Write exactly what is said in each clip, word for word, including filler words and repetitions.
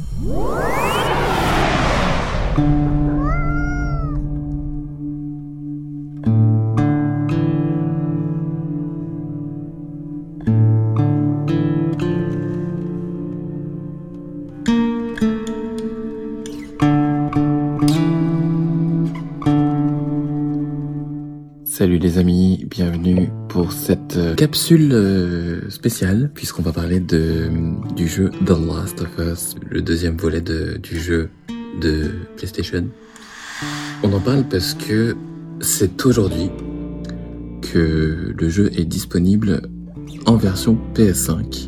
Salut les amis, bienvenue pour cette euh, capsule euh, spéciale puisqu'on va parler de, du jeu The Last of Us, le deuxième volet de, du jeu de PlayStation. On en parle parce que c'est aujourd'hui que le jeu est disponible en version P S cinq.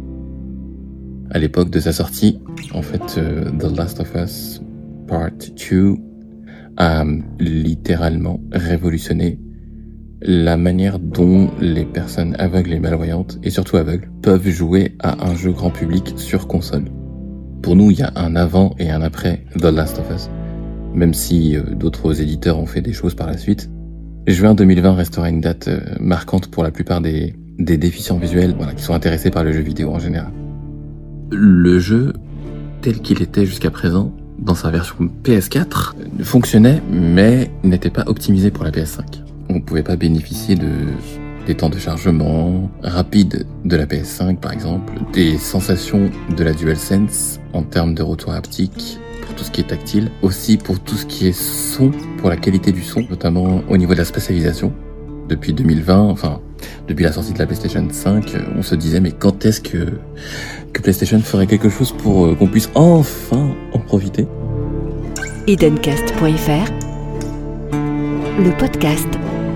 À l'époque de sa sortie, en fait, euh, The Last of Us Part deux a littéralement révolutionné la manière dont les personnes aveugles et malvoyantes, et surtout aveugles, peuvent jouer à un jeu grand public sur console. Pour nous, il y a un avant et un après The Last of Us, même si euh, d'autres éditeurs ont fait des choses par la suite. Juin deux mille vingt restera une date euh, marquante pour la plupart des, des déficients visuels voilà, qui sont intéressés par le jeu vidéo en général. Le jeu, tel qu'il était jusqu'à présent, dans sa version P S quatre, fonctionnait, mais n'était pas optimisé pour la P S cinq. On ne pouvait pas bénéficier de, des temps de chargement rapides de la P S cinq par exemple, des sensations de la DualSense en termes de retour haptique pour tout ce qui est tactile, aussi pour tout ce qui est son, pour la qualité du son, notamment au niveau de la spatialisation. Depuis deux mille vingt, enfin depuis la sortie de la PlayStation cinq, on se disait mais quand est-ce que, que PlayStation ferait quelque chose pour euh, qu'on puisse enfin en profiter. Edencast point F R, le podcast.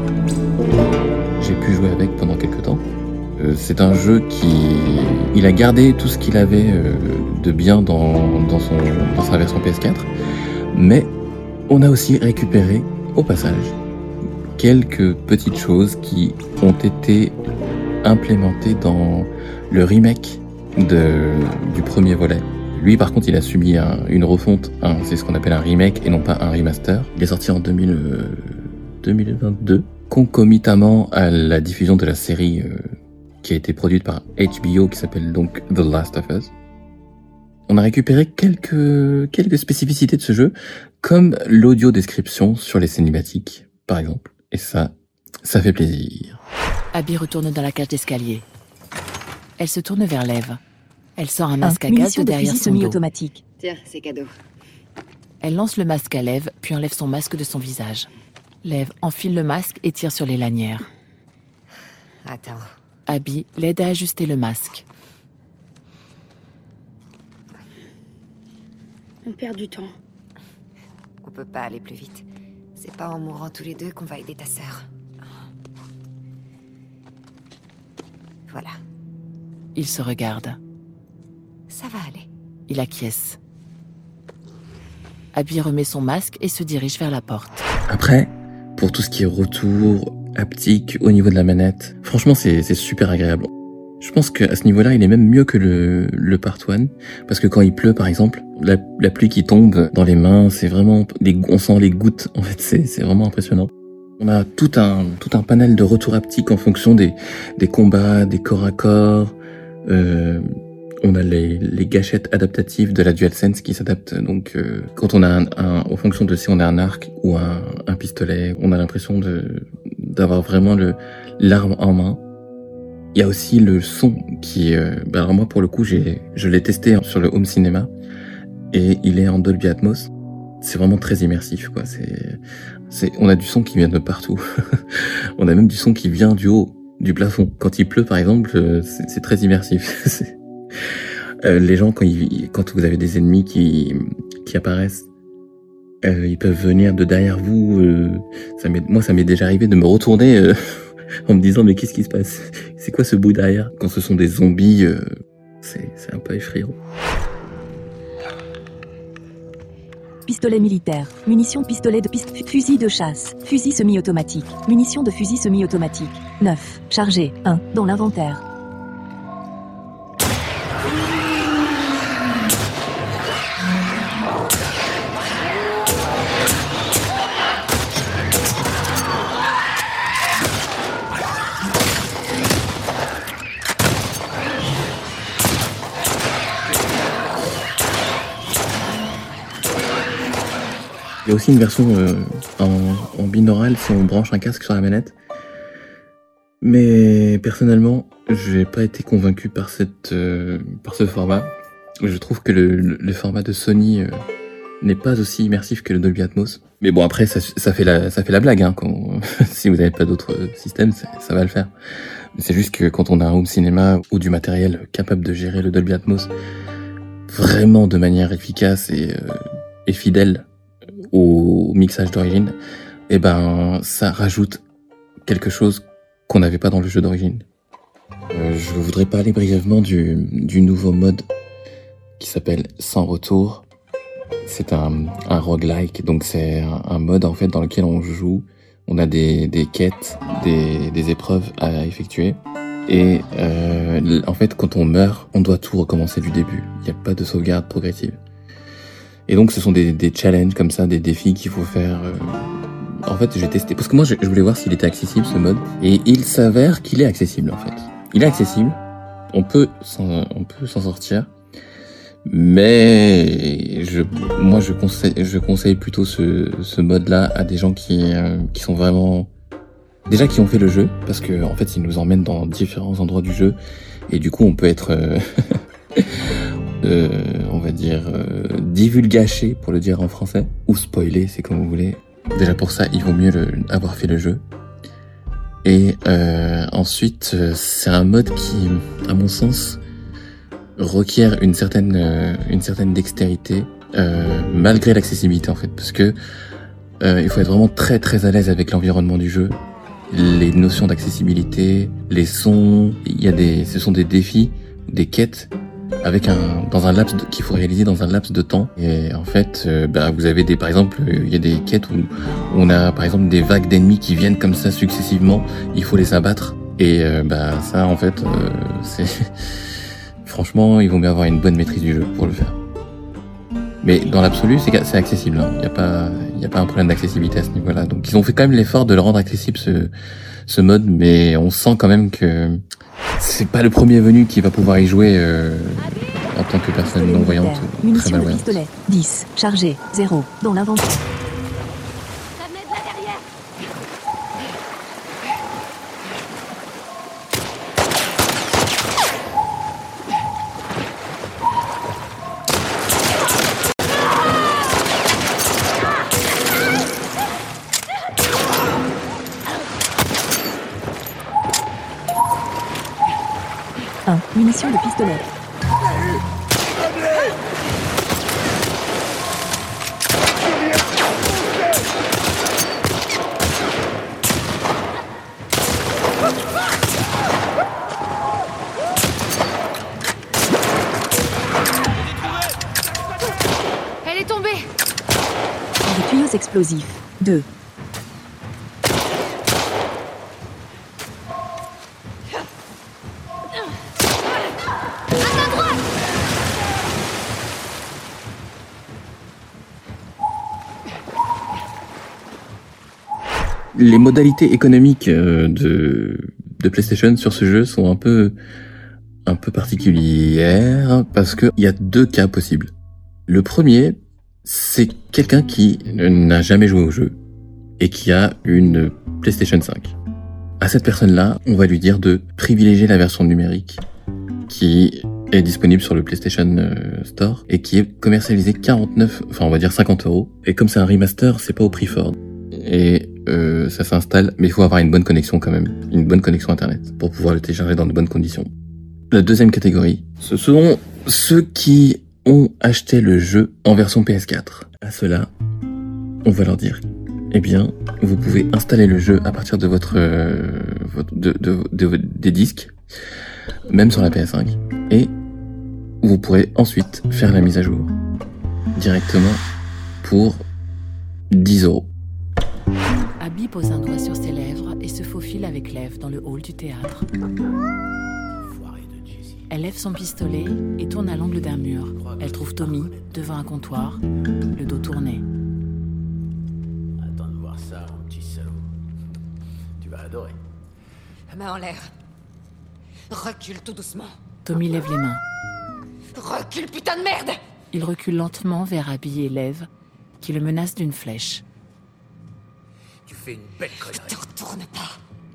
J'ai pu jouer avec pendant quelques temps. Euh, c'est un jeu qui... Il a gardé tout ce qu'il avait euh, de bien dans, dans, son, dans sa version P S quatre, mais on a aussi récupéré, au passage, quelques petites choses qui ont été implémentées dans le remake de, du premier volet. Lui, par contre, il a subi un, une refonte, un, c'est ce qu'on appelle un remake et non pas un remaster. Il est sorti en deux mille, euh, deux mille vingt-deux. Concomitamment à la diffusion de la série euh, qui a été produite par H B O, qui s'appelle donc The Last of Us. On a récupéré quelques, quelques spécificités de ce jeu, comme l'audio description sur les cinématiques, par exemple. Et ça, ça fait plaisir. Abby retourne dans la cage d'escalier. Elle se tourne vers Lev. Elle sort un masque un, à gaz munition de derrière de fusil son dos. semi-automatique. Tiens, c'est cadeau. Elle lance le masque à Lev, puis enlève son masque de son visage. Lev enfile le masque et tire sur les lanières. Attends. Abby l'aide à ajuster le masque. On perd du temps. On peut pas aller plus vite. C'est pas en mourant tous les deux qu'on va aider ta sœur. Voilà. Il se regarde. Ça va aller. Il acquiesce. Abby remet son masque et se dirige vers la porte. Après, pour tout ce qui est retour haptique au niveau de la manette, franchement c'est, c'est super agréable. Je pense qu'à ce niveau-là, il est même mieux que le, le Part un, parce que quand il pleut par exemple, la, la pluie qui tombe dans les mains, c'est vraiment, les, on sent les gouttes, en fait c'est, c'est vraiment impressionnant. On a tout un, tout un panel de retour haptique en fonction des, des combats, des corps à corps, euh, on a les, les gâchettes adaptatives de la DualSense qui s'adaptent donc euh, quand on a un, un, en fonction de si on a un arc ou un, un pistolet, on a l'impression de d'avoir vraiment le l'arme en main. Il y a aussi le son qui, euh, bah alors moi pour le coup j'ai je l'ai testé sur le home cinéma et il est en Dolby Atmos. C'est vraiment très immersif quoi. C'est c'est on a du son qui vient de partout. On a même du son qui vient du haut du plafond. Quand il pleut par exemple, c'est, c'est très immersif. c'est... Euh, les gens, quand, ils, quand vous avez des ennemis qui, qui apparaissent, euh, ils peuvent venir de derrière vous. Euh, ça m'est, moi, ça m'est déjà arrivé de me retourner euh, en me disant mais qu'est-ce qui se passe ? C'est quoi ce bruit derrière ? Quand ce sont des zombies, euh, c'est, c'est un peu effrayant. Pistolet militaire, munitions de pistolet de piste, fusil de chasse, fusil semi-automatique, munitions de fusil semi-automatique, neuf, chargé, un, dans l'inventaire. y a aussi une version euh, en, en binaural si on branche un casque sur la manette. Mais personnellement, j'ai pas été convaincu par cette euh, par ce format. Je trouve que le, le, le format de Sony euh, n'est pas aussi immersif que le Dolby Atmos. Mais bon, après, ça, ça fait la ça fait la blague. Hein, quand, si vous n'avez pas d'autres systèmes, ça va le faire. C'est juste que quand on a un home cinéma ou du matériel capable de gérer le Dolby Atmos vraiment de manière efficace et, euh, et fidèle au mixage d'origine, eh ben ça rajoute quelque chose qu'on n'avait pas dans le jeu d'origine. Euh, je voudrais parler brièvement du, du nouveau mode qui s'appelle Sans Retour. C'est un, un roguelike, donc c'est un, un mode en fait dans lequel on joue, on a des, des quêtes, des, des épreuves à effectuer. Et euh, en fait, quand on meurt, on doit tout recommencer du début. Il n'y a pas de sauvegarde progressive. Et donc, ce sont des, des challenges comme ça, des défis qu'il faut faire... Euh, En fait, j'ai testé, parce que moi, je, je voulais voir s'il était accessible, ce mode. Et il s'avère qu'il est accessible, en fait. Il est accessible. On peut s'en, on peut s'en sortir. Mais, je, moi, je conseille, je conseille plutôt ce, ce mode-là à des gens qui, euh, qui sont vraiment, déjà qui ont fait le jeu, parce que, en fait, il nous emmène dans différents endroits du jeu. Et du coup, on peut être, euh, euh, on va dire, euh, divulgaché, pour le dire en français. Ou spoilé, c'est comme vous voulez. Déjà pour ça, il vaut mieux le, avoir fait le jeu. Et euh, ensuite, c'est un mode qui, à mon sens, requiert une certaine, euh, une certaine dextérité, euh, malgré l'accessibilité en fait, parce que euh, il faut être vraiment très très à l'aise avec l'environnement du jeu, les notions d'accessibilité, les sons. Il y a des, ce sont des défis, des quêtes. Avec un, dans un laps de, qu'il faut réaliser dans un laps de temps. Et en fait, euh, bah, vous avez des, par exemple, il y a des quêtes où, où on a, par exemple, des vagues d'ennemis qui viennent comme ça successivement. Il faut les abattre. Et, euh, bah, ça, en fait, euh, c'est, franchement, il vaut mieux avoir une bonne maîtrise du jeu pour le faire. Mais dans l'absolu, c'est, c'est accessible, hein. Il y a pas, il y a pas un problème d'accessibilité à ce niveau-là. Donc, ils ont fait quand même l'effort de le rendre accessible, ce, ce mode, mais on sent quand même que, c'est pas le premier venu qui va pouvoir y jouer euh, en tant que personne non-voyante ou très Munitions de malvoyante. pistolet. dix. Chargé. zéro. Dans l'inventaire. Ça venait de là derrière. un. Munitions de pistolet. Elle est tombée. Des tuyaux explosifs. deux. Les modalités économiques euh, de, de PlayStation sur ce jeu sont un peu, un peu particulières parce que il y a deux cas possibles. Le premier, c'est quelqu'un qui n'a jamais joué au jeu et qui a une PlayStation cinq. À cette personne-là, on va lui dire de privilégier la version numérique qui est disponible sur le PlayStation Store et qui est commercialisée quarante-neuf, enfin on va dire cinquante euros. Et comme c'est un remaster, c'est pas au prix fort. Et euh, ça s'installe, mais il faut avoir une bonne connexion quand même, une bonne connexion internet pour pouvoir le télécharger dans de bonnes conditions. La deuxième catégorie, ce sont ceux qui ont acheté le jeu en version P S quatre. À cela, on va leur dire, eh bien, vous pouvez installer le jeu à partir de votre, euh, votre de, de, de, de, des disques, même sur la P S cinq, et vous pourrez ensuite faire la mise à jour directement pour dix euros. Abby pose un doigt sur ses lèvres et se faufile avec Lev dans le hall du théâtre. Elle lève son pistolet et tourne à l'angle d'un mur. Elle trouve Tommy devant un comptoir, le dos tourné. Attends de voir ça, mon petit salaud. Tu vas adorer. Main en l'air. Recule tout doucement. Tommy lève les mains. Recule, putain de merde! Il recule lentement vers Abby et Lev qui le menace d'une flèche. Tu fais une belle connerie. Ne te retourne pas.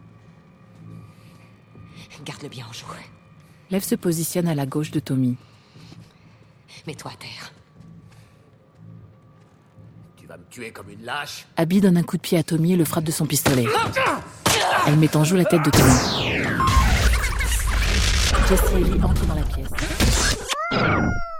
Garde-le bien en joue. Lev se positionne à la gauche de Tommy. Mets-toi à terre. Tu vas me tuer comme une lâche. Abby donne un coup de pied à Tommy et le frappe de son pistolet. Elle met en joue la tête de Tommy. Jesse et Ellie entrent dans la pièce.